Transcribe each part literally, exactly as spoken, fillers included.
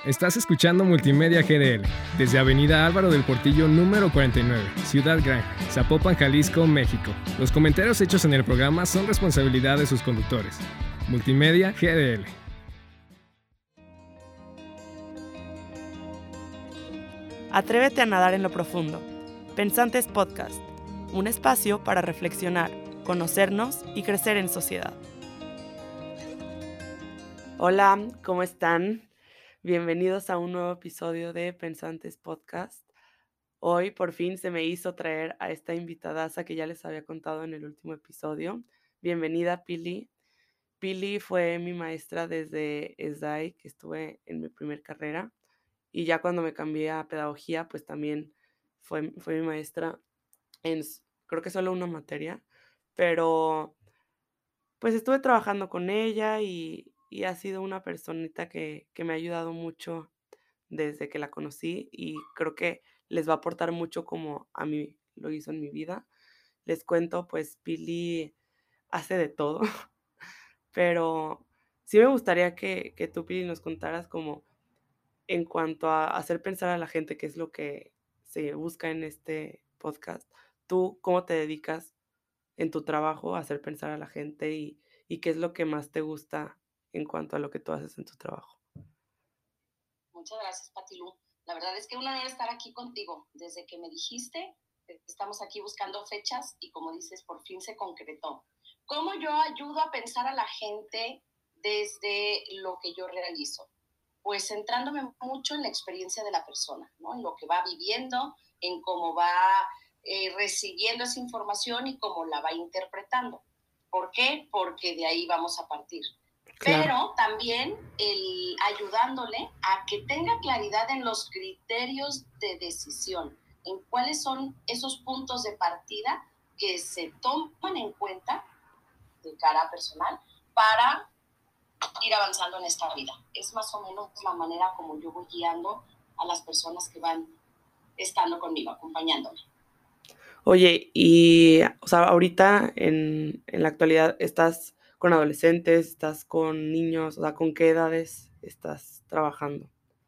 Estás escuchando Multimedia G D L, desde Avenida Álvaro del Portillo número cuarenta y nueve, Ciudad Gran, Zapopan, Jalisco, México. Los comentarios hechos en el programa son responsabilidad de sus conductores. Multimedia G D L. Atrévete a nadar en lo profundo. Pensantes Podcast, un espacio para reflexionar, conocernos y crecer en sociedad. Hola, ¿cómo están? Bienvenidos a un nuevo episodio de Pensantes Podcast. Hoy por fin se me hizo traer a esta invitadaza que ya les había contado en el último episodio. Bienvenida, Pili. Pili fue mi maestra desde S D A I, que estuve en mi primer carrera. Y ya cuando me cambié a pedagogía, pues también fue, fue mi maestra en, creo que solo una materia. Pero pues estuve trabajando con ella y, y ha sido una personita que, que me ha ayudado mucho desde que la conocí y creo que les va a aportar mucho como a mí lo hizo en mi vida. Les cuento, pues Pili hace de todo, pero sí me gustaría que, que tú, Pili, nos contaras como en cuanto a hacer pensar a la gente, qué es lo que se busca en este podcast. Tú, ¿cómo te dedicas en tu trabajo a hacer pensar a la gente y, y qué es lo que más te gusta en cuanto a lo que tú haces en tu trabajo? Muchas gracias, Patilú. La verdad es que un honor estar aquí contigo. Desde que me dijiste, estamos aquí buscando fechas y como dices, por fin se concretó. ¿Cómo yo ayudo a pensar a la gente desde lo que yo realizo? Pues centrándome mucho en la experiencia de la persona, ¿no? En lo que va viviendo, en cómo va eh, recibiendo esa información y cómo la va interpretando. ¿Por qué? Porque de ahí vamos a partir. Claro. Pero también el ayudándole a que tenga claridad en los criterios de decisión, en cuáles son esos puntos de partida que se toman en cuenta de cara personal para ir avanzando en esta vida. Es más o menos la manera como yo voy guiando a las personas que van estando conmigo, acompañándome. Oye, y o sea, ahorita en, en la actualidad estás con adolescentes, estás con niños, o sea, ¿con qué edades estás trabajando?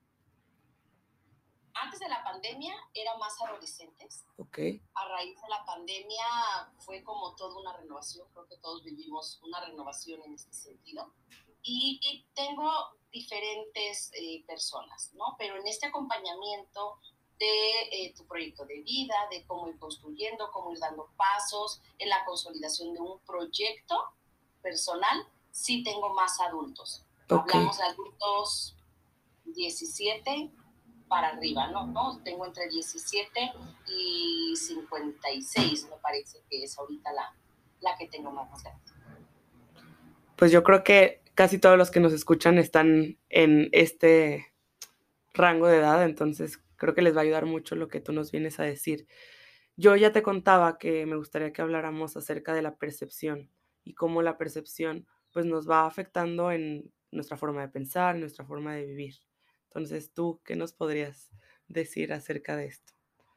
Antes de la pandemia era más adolescentes. Ok. A raíz de la pandemia fue como toda una renovación. Creo que todos vivimos una renovación en este sentido. Y, y tengo diferentes eh, personas, ¿no? Pero en este acompañamiento de eh, tu proyecto de vida, de cómo ir construyendo, cómo ir dando pasos en la consolidación de un proyecto personal, sí tengo más adultos. Okay. Hablamos de adultos diecisiete para arriba, ¿no? ¿no? Tengo entre diecisiete y cincuenta y seis, me parece que es ahorita la, la que tengo más grande. Pues yo creo que casi todos los que nos escuchan están en este rango de edad, entonces creo que les va a ayudar mucho lo que tú nos vienes a decir. Yo ya te contaba que me gustaría que habláramos acerca de la percepción y cómo la percepción pues nos va afectando en nuestra forma de pensar, en nuestra forma de vivir. Entonces, ¿tú qué nos podrías decir acerca de esto?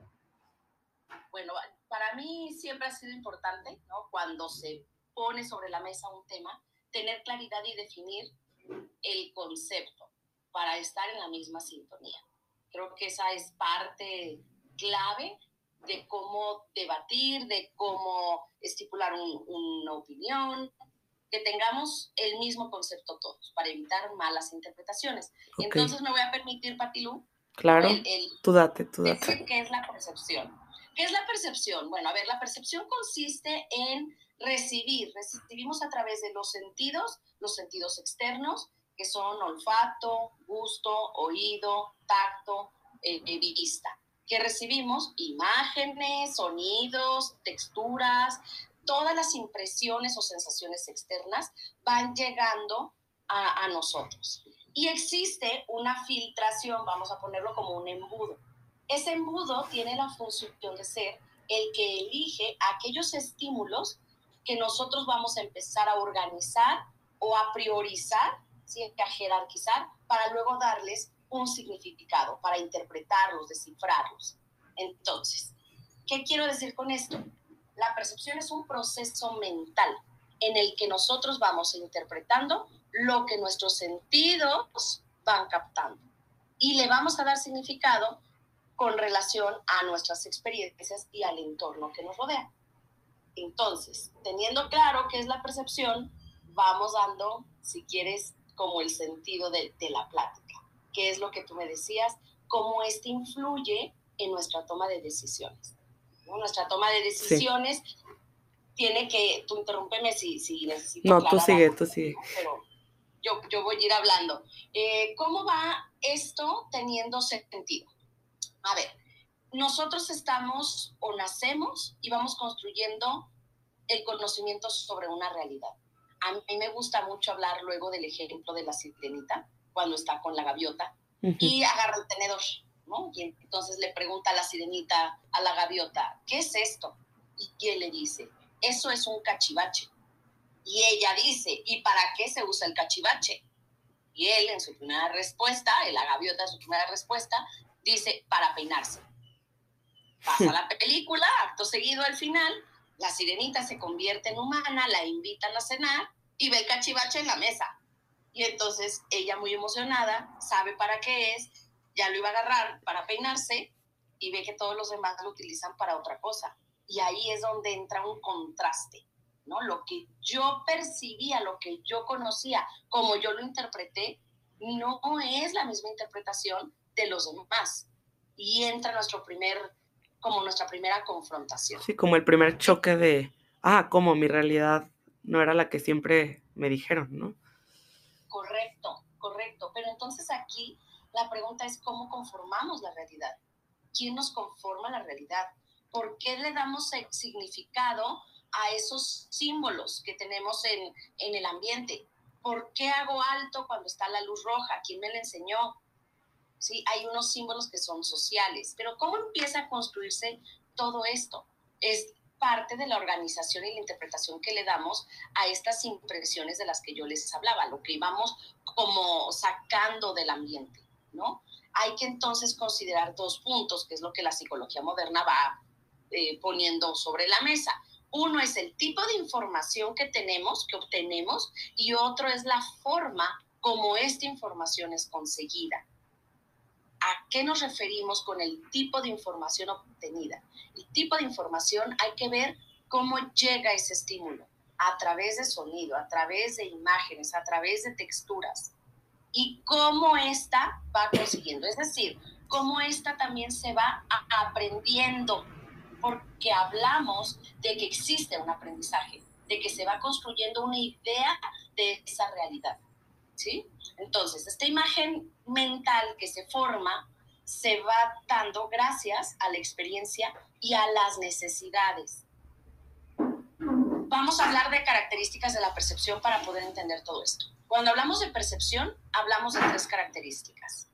Bueno, para mí siempre ha sido importante, ¿no? Cuando se pone sobre la mesa un tema, tener claridad y definir el concepto para estar en la misma sintonía. Creo que esa es parte clave de cómo debatir, de cómo estipular un, una opinión, que tengamos el mismo concepto todos, para evitar malas interpretaciones. Okay. Entonces me voy a permitir, Patilú, claro, el, el tú date, tú date. decir qué es la percepción. ¿Qué es la percepción? Bueno, a ver, la percepción consiste en recibir, recibimos a través de los sentidos, los sentidos externos, que son olfato, gusto, oído, tacto, eh, vista, que recibimos imágenes, sonidos, texturas, todas las impresiones o sensaciones externas van llegando a, a nosotros. Y existe una filtración, vamos a ponerlo como un embudo. Ese embudo tiene la función de ser el que elige aquellos estímulos que nosotros vamos a empezar a organizar o a priorizar, ¿sí? A jerarquizar, para luego darles un significado, para interpretarlos, descifrarlos. Entonces, ¿qué quiero decir con esto? La percepción es un proceso mental en el que nosotros vamos interpretando lo que nuestros sentidos van captando. y le vamos a dar significado con relación a nuestras experiencias y al entorno que nos rodea. Entonces, teniendo claro qué es la percepción, vamos dando, si quieres, como el sentido de, de la plática. ¿Qué es lo que tú me decías? Cómo este influye en nuestra toma de decisiones, ¿no? Nuestra toma de decisiones sí. Tiene que, tú interrúmpeme si, si necesitas. No, tú sigue, tú sigue. Pero yo, yo voy a ir hablando. Eh, ¿Cómo va esto teniendo sentido? A ver, nosotros estamos o nacemos y vamos construyendo el conocimiento sobre una realidad. A mí me gusta mucho hablar luego del ejemplo de la sirenita, cuando está con la gaviota, uh-huh. y agarra el tenedor, ¿no? Y entonces le pregunta a la sirenita, a la gaviota, ¿qué es esto? Y él le dice, eso es un cachivache. Y ella dice, ¿y para qué se usa el cachivache? Y él, en su primera respuesta, la gaviota en su primera respuesta, dice, para peinarse. Pasa la película, acto seguido al final, la sirenita se convierte en humana, la invitan a cenar y ve el cachivache en la mesa. Y entonces ella, muy emocionada, sabe para qué es, ya lo iba a agarrar para peinarse y ve que todos los demás lo utilizan para otra cosa. Y ahí es donde entra un contraste, ¿no? Lo que yo percibía, lo que yo conocía, como yo lo interpreté, no es la misma interpretación de los demás. Y entra nuestro primer, como nuestra primera confrontación. Sí, como el primer choque de, ah, como mi realidad no era la que siempre me dijeron, ¿no? Correcto, correcto. Pero entonces aquí la pregunta es cómo conformamos la realidad. ¿Quién nos conforma la realidad? ¿Por qué le damos significado a esos símbolos que tenemos en, en el ambiente? ¿Por qué hago alto cuando está la luz roja? ¿Quién me la enseñó? ¿Sí? Hay unos símbolos que son sociales, pero ¿cómo empieza a construirse todo esto? Es parte de la organización y la interpretación que le damos a estas impresiones de las que yo les hablaba, lo que íbamos como sacando del ambiente, ¿no? Hay que entonces considerar dos puntos, que es lo que la psicología moderna va eh, poniendo sobre la mesa. Uno es el tipo de información que tenemos, que obtenemos, y otro es la forma como esta información es conseguida. ¿A qué nos referimos con el tipo de información obtenida? El tipo de información hay que ver cómo llega ese estímulo, a través de sonido, a través de imágenes, a través de texturas, y cómo ésta va consiguiendo, es decir, cómo ésta también se va a- aprendiendo, porque hablamos de que existe un aprendizaje, de que se va construyendo una idea de esa realidad, ¿sí? Entonces, esta imagen mental que se forma se va dando gracias a la experiencia y a las necesidades. Vamos a hablar de características de la percepción para poder entender todo esto. Cuando hablamos de percepción, hablamos de tres características.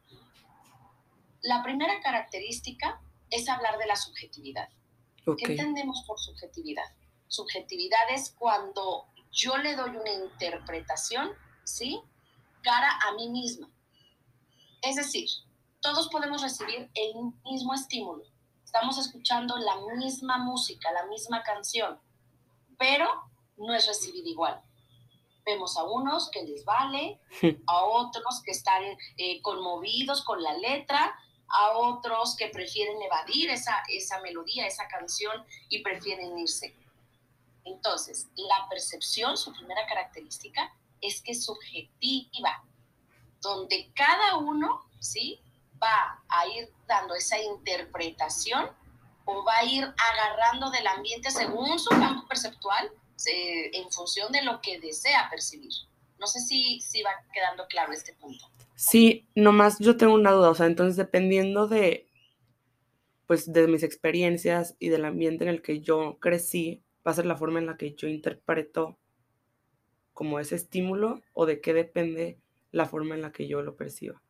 La primera característica es hablar de la subjetividad. Okay. ¿Qué entendemos por subjetividad? Subjetividad es cuando yo le doy una interpretación, ¿sí?, cara a mí misma. Es decir, todos podemos recibir el mismo estímulo. Estamos escuchando la misma música, la misma canción, pero no es recibida igual. Vemos a unos que les vale, a otros que están eh, conmovidos con la letra, a otros que prefieren evadir esa, esa melodía, esa canción y prefieren irse. Entonces, la percepción, su primera característica, es que es subjetiva, donde cada uno, ¿sí?, va a ir dando esa interpretación o va a ir agarrando del ambiente según su campo perceptual, eh, en función de lo que desea percibir. No sé si, si va quedando claro este punto. Sí, nomás yo tengo una duda, o sea, entonces dependiendo de, pues, de mis experiencias y del ambiente en el que yo crecí, va a ser la forma en la que yo interpreto como ese estímulo, o de qué depende la forma en la que yo lo perciba.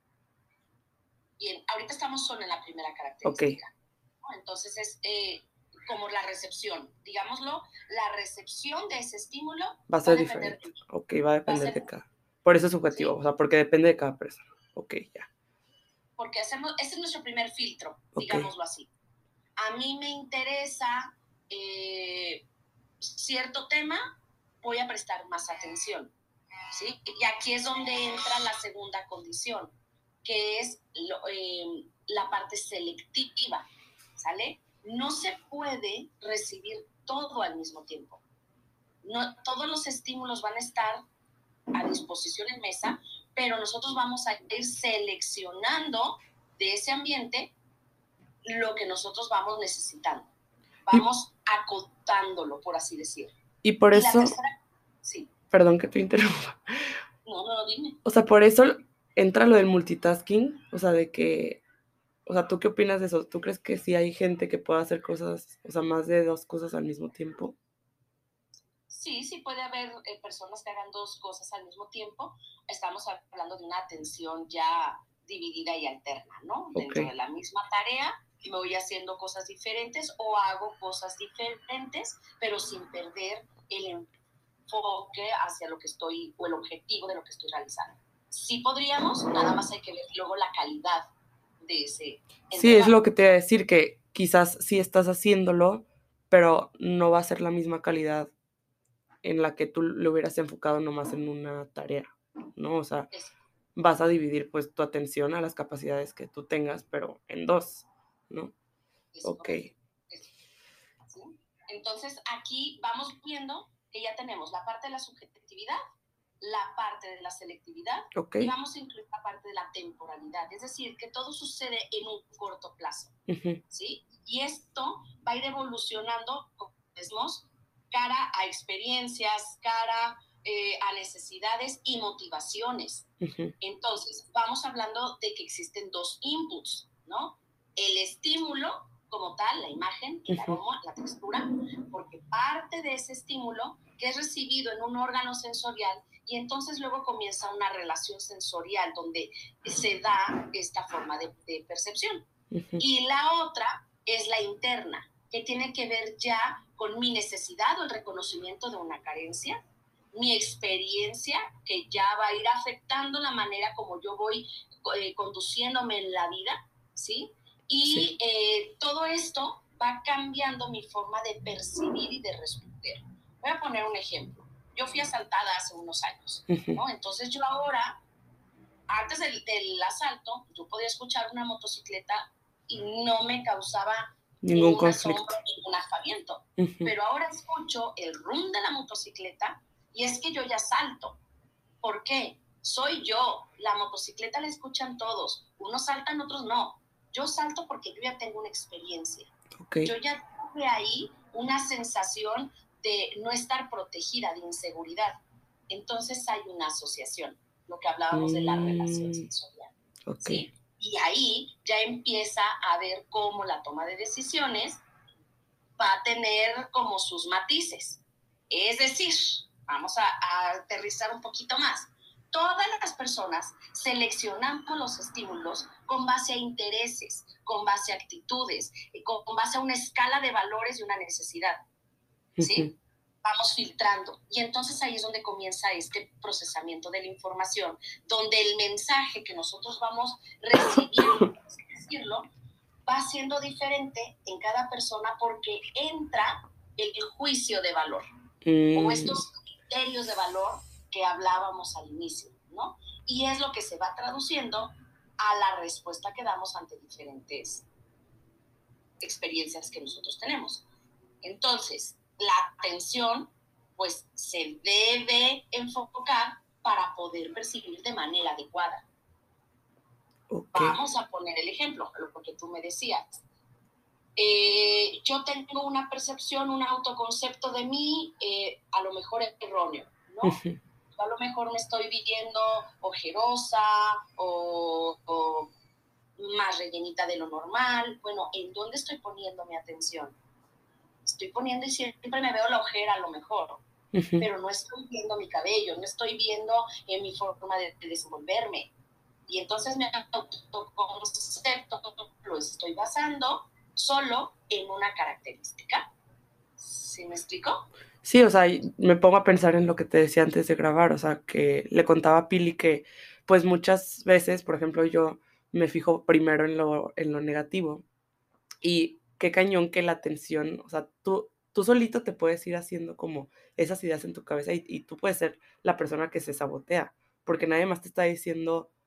Bien, ahorita estamos solo en la primera característica. Okay. Entonces es eh, como la recepción, digámoslo, la recepción de ese estímulo va a ser va a diferente. De ok, va a depender va a ser, de cada. Por eso es subjetivo, ¿sí? O sea, porque depende de cada persona. Ok, ya. Porque hacemos, ese es nuestro primer filtro, okay, digámoslo así. A mí me interesa eh, cierto tema, voy a prestar más atención, ¿sí? Y aquí es donde entra la segunda condición. que es lo, eh, la parte selectiva, ¿sale? No se puede recibir todo al mismo tiempo. No, todos los estímulos van a estar a disposición en mesa, pero nosotros vamos a ir seleccionando de ese ambiente lo que nosotros vamos necesitando. Vamos y, acotándolo, por así decirlo. Y por y eso... La tercera, sí. Perdón que te interrumpa. No, no, no, dime. O sea, por eso entra lo del multitasking, o sea, de que... O sea, ¿tú qué opinas de eso? ¿Tú crees que sí hay gente que pueda hacer cosas, o sea, más de dos cosas al mismo tiempo? Sí, sí puede haber eh, personas que hagan dos cosas al mismo tiempo. Estamos hablando de una atención ya dividida y alterna, ¿no? Okay. Dentro de la misma tarea me voy haciendo cosas diferentes o hago cosas diferentes, pero sin perder el enfoque hacia lo que estoy, o el objetivo de lo que estoy realizando. Sí podríamos, nada más hay que ver luego la calidad de ese... Sí, es lo que te iba a decir, que quizás sí estás haciéndolo, pero no va a ser la misma calidad en la que tú le hubieras enfocado nomás en una tarea, ¿no? O sea, es, vas a dividir pues tu atención a las capacidades que tú tengas, pero en dos, ¿no? Es ok. Es, ¿sí? Entonces, aquí vamos viendo que ya tenemos la parte de la subjetividad, la parte de la selectividad, okay. y vamos a incluir la parte de la temporalidad, es decir, que todo sucede en un corto plazo, uh-huh. ¿sí? Y esto va a ir evolucionando, como decimos, cara a experiencias, cara eh, a necesidades y motivaciones. Uh-huh. Entonces, vamos hablando de que existen dos inputs, ¿no? El estímulo como tal, la imagen, el aroma, la textura, porque parte de ese estímulo que es recibido en un órgano sensorial y entonces luego comienza una relación sensorial donde se da esta forma de, de percepción. Uh-huh. Y la otra es la interna, que tiene que ver ya con mi necesidad o el reconocimiento de una carencia, mi experiencia, que ya va a ir afectando la manera como yo voy eh, conduciéndome en la vida, ¿sí? Y sí. eh, todo esto va cambiando mi forma de percibir y de responder. Voy a poner un ejemplo. Yo fui asaltada hace unos años, ¿no? Entonces yo ahora, antes del, del asalto, yo podía escuchar una motocicleta y no me causaba ningún conflicto, ningún aspaviento. Uh-huh. Pero ahora escucho el rum de la motocicleta y es que yo ya salto. ¿Por qué? Soy yo. La motocicleta la escuchan todos. Unos saltan, otros no. Yo salto porque yo ya tengo una experiencia. Okay. Yo ya tuve ahí una sensación de no estar protegida, de inseguridad. Entonces hay una asociación, lo que hablábamos mm. de la relación sensorial. Okay. ¿Sí? Y ahí ya empieza a ver cómo la toma de decisiones va a tener como sus matices. Es decir, vamos a, a aterrizar un poquito más. Todas las personas seleccionamos los estímulos con base a intereses, con base a actitudes, con, con base a una escala de valores y una necesidad. ¿Sí? Uh-huh. Vamos filtrando. Y entonces ahí es donde comienza este procesamiento de la información, donde el mensaje que nosotros vamos recibiendo, por así decirlo, va siendo diferente en cada persona porque entra el juicio de valor mm. o estos criterios de valor que hablábamos al inicio, ¿no? Y es lo que se va traduciendo a la respuesta que damos ante diferentes experiencias que nosotros tenemos. Entonces, la atención, pues, se debe enfocar para poder percibir de manera adecuada. Okay. Vamos a poner el ejemplo, lo que tú me decías. Eh, yo tengo una percepción, un autoconcepto de mí, eh, a lo mejor erróneo, ¿no? Uh-huh. A lo mejor me estoy viendo ojerosa o, o más rellenita de lo normal. Bueno, ¿en dónde estoy poniendo mi atención? Estoy poniendo y siempre me veo la ojera a lo mejor, uh-huh. pero no estoy viendo mi cabello, no estoy viendo eh, mi forma de, de desenvolverme. Y entonces mi autoconcepto lo estoy basando solo en una característica. ¿Sí me explico? Sí, o sea, me pongo a pensar en lo que te decía antes de grabar, o sea, que le contaba a Pili que, pues muchas veces, por ejemplo, yo me fijo primero en lo, en lo negativo y qué cañón que la atención, o sea, tú, tú solito te puedes ir haciendo como esas ideas en tu cabeza y, y tú puedes ser la persona que se sabotea, porque nadie más te está diciendo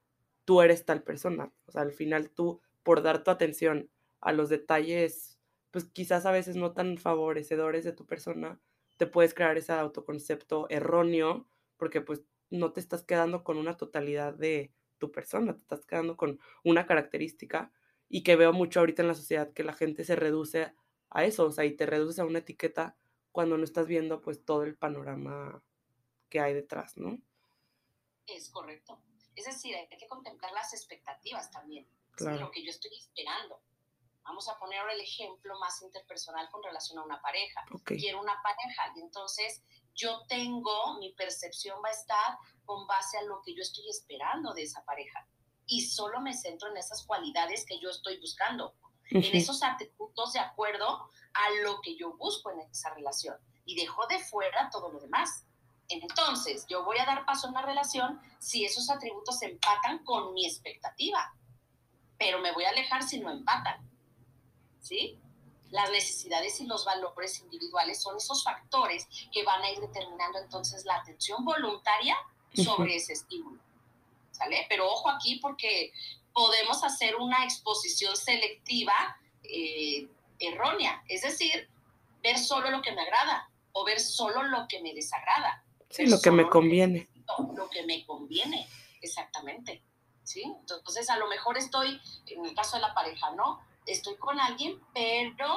tú eres tal persona. O sea, al final tú, por dar tu atención a los detalles, pues quizás a veces no tan favorecedores de tu persona, te puedes crear ese autoconcepto erróneo, porque pues no te estás quedando con una totalidad de tu persona, te estás quedando con una característica, y que veo mucho ahorita en la sociedad que la gente se reduce a eso, o sea, y te reduces a una etiqueta cuando no estás viendo pues todo el panorama que hay detrás, ¿no? Es correcto. Es decir, hay que contemplar las expectativas también, Claro. ¿sí? Lo que yo estoy esperando. Vamos a poner ahora el ejemplo más interpersonal con relación a una pareja. Ok. Quiero una pareja y entonces yo tengo, mi percepción va a estar con base a lo que yo estoy esperando de esa pareja. Y solo me centro en esas cualidades que yo estoy buscando, Ujú. en esos atributos de acuerdo a lo que yo busco en esa relación. Y dejo de fuera todo lo demás. Entonces, yo voy a dar paso a una relación si esos atributos empatan con mi expectativa, pero me voy a alejar si no empatan, ¿sí? Las necesidades y los valores individuales son esos factores que van a ir determinando entonces la atención voluntaria sobre Ujú. ese estímulo, ¿sale? Pero ojo aquí porque podemos hacer una exposición selectiva eh, errónea, es decir, ver solo lo que me agrada o ver solo lo que me desagrada. Sí, lo que me Solo conviene. Lo que, lo que me conviene, exactamente, ¿sí? Entonces, a lo mejor estoy, en el caso de la pareja, ¿no? Estoy con alguien, pero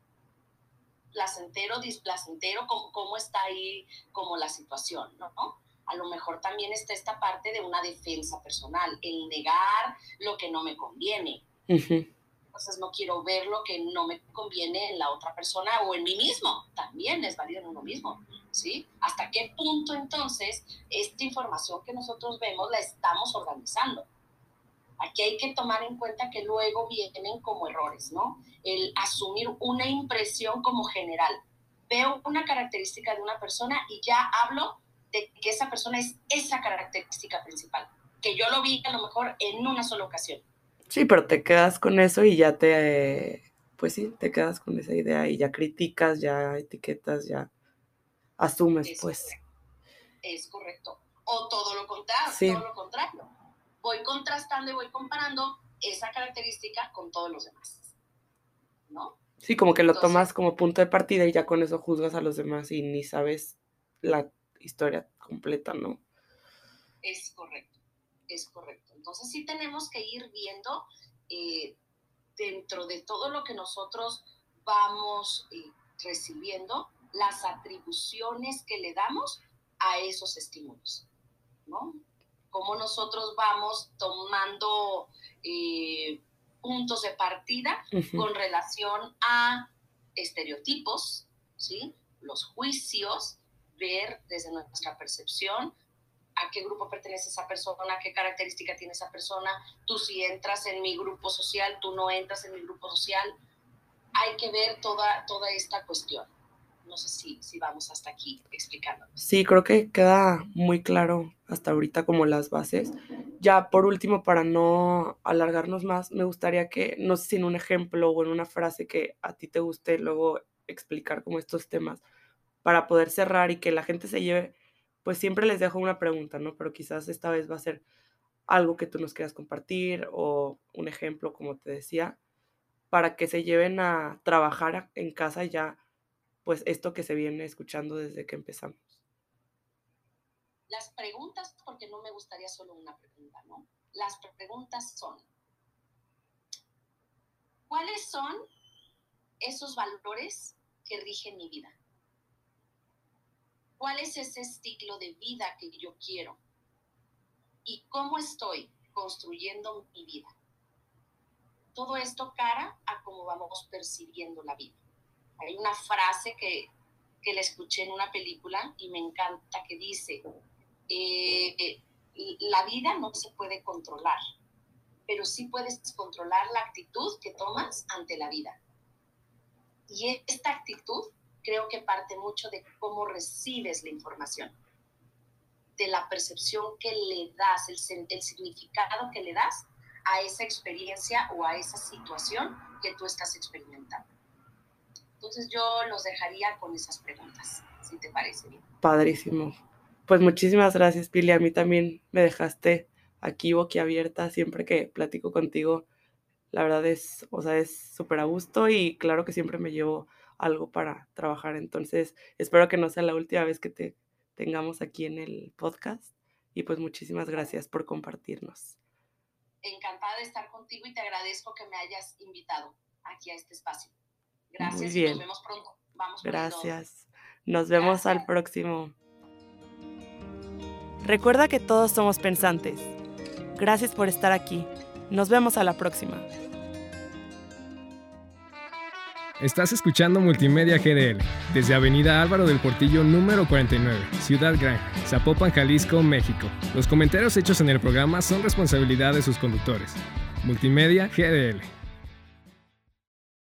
placentero, displacentero, ¿cómo, cómo está ahí como la situación, ¿no? A lo mejor también está esta parte de una defensa personal, el negar lo que no me conviene. Ujú. Entonces no quiero ver lo que no me conviene en la otra persona o en mí mismo. También es válido en uno mismo, ¿sí? ¿Hasta qué punto entonces esta información que nosotros vemos la estamos organizando? Aquí hay que tomar en cuenta que luego vienen como errores, ¿no? El asumir una impresión como general. Veo una característica de una persona y ya hablo de que esa persona es esa característica principal, que yo lo vi a lo mejor en una sola ocasión. Sí, pero te quedas con eso y ya te, pues sí, te quedas con esa idea y ya criticas, ya etiquetas, ya asumes, Es pues. correcto. Es correcto. O todo lo contrario, Sí, todo lo contrario. Voy contrastando y voy comparando esa característica con todos los demás, ¿no? sí, como que lo Entonces, tomas como punto de partida y ya con eso juzgas a los demás y ni sabes la historia completa, ¿no? es correcto, es correcto. Entonces sí tenemos que ir viendo eh, dentro de todo lo que nosotros vamos eh, recibiendo, las atribuciones que le damos a esos estímulos, ¿no? Cómo nosotros vamos tomando eh, puntos de partida Ujú. con relación a estereotipos, ¿sí? Los juicios, ver desde nuestra percepción a qué grupo pertenece esa persona, qué característica tiene esa persona, tú si entras en mi grupo social, tú no entras en mi grupo social. Hay que ver toda, toda esta cuestión. No sé si, si vamos hasta aquí explicándonos. Sí, creo que queda muy claro hasta ahorita como las bases. Ya por último, para no alargarnos más, me gustaría que, no sé si en un ejemplo o en una frase que a ti te guste luego explicar como estos temas, para poder cerrar y que la gente se lleve, pues siempre les dejo una pregunta, ¿no? Pero quizás esta vez va a ser algo que tú nos quieras compartir o un ejemplo, como te decía, para que se lleven a trabajar en casa ya, pues esto que se viene escuchando desde que empezamos. Las preguntas, porque no me gustaría solo una pregunta, ¿no? Las preguntas son, ¿cuáles son esos valores que rigen mi vida? ¿Cuál es ese estilo de vida que yo quiero? ¿Y cómo estoy construyendo mi vida? Todo esto cara a cómo vamos percibiendo la vida. Hay una frase que, que la escuché en una película y me encanta que dice, eh, la vida no se puede controlar, pero sí puedes controlar la actitud que tomas ante la vida. Y esta actitud creo que parte mucho de cómo recibes la información, de la percepción que le das, el, el significado que le das a esa experiencia o a esa situación que tú estás experimentando. Entonces yo los dejaría con esas preguntas, si te parece bien. Padrísimo. Pues muchísimas gracias, Pili. A mí también me dejaste aquí boquiabierta siempre que platico contigo. La verdad es, o sea, es súper a gusto y claro que siempre me llevo algo para trabajar. Entonces, espero que no sea la última vez que te tengamos aquí en el podcast. Y pues muchísimas gracias por compartirnos. Encantada de estar contigo y te agradezco que me hayas invitado aquí a este espacio. Gracias. Muy bien. Y nos vemos pronto. Vamos. Gracias. Nos vemos Gracias. al próximo. Recuerda que todos somos pensantes. Gracias por estar aquí. Nos vemos a la próxima. Estás escuchando Multimedia G D L, desde Avenida Álvaro del Portillo número cuarenta y nueve, Ciudad Gran, Zapopan, Jalisco, México. Los comentarios hechos en el programa son responsabilidad de sus conductores. Multimedia G D L.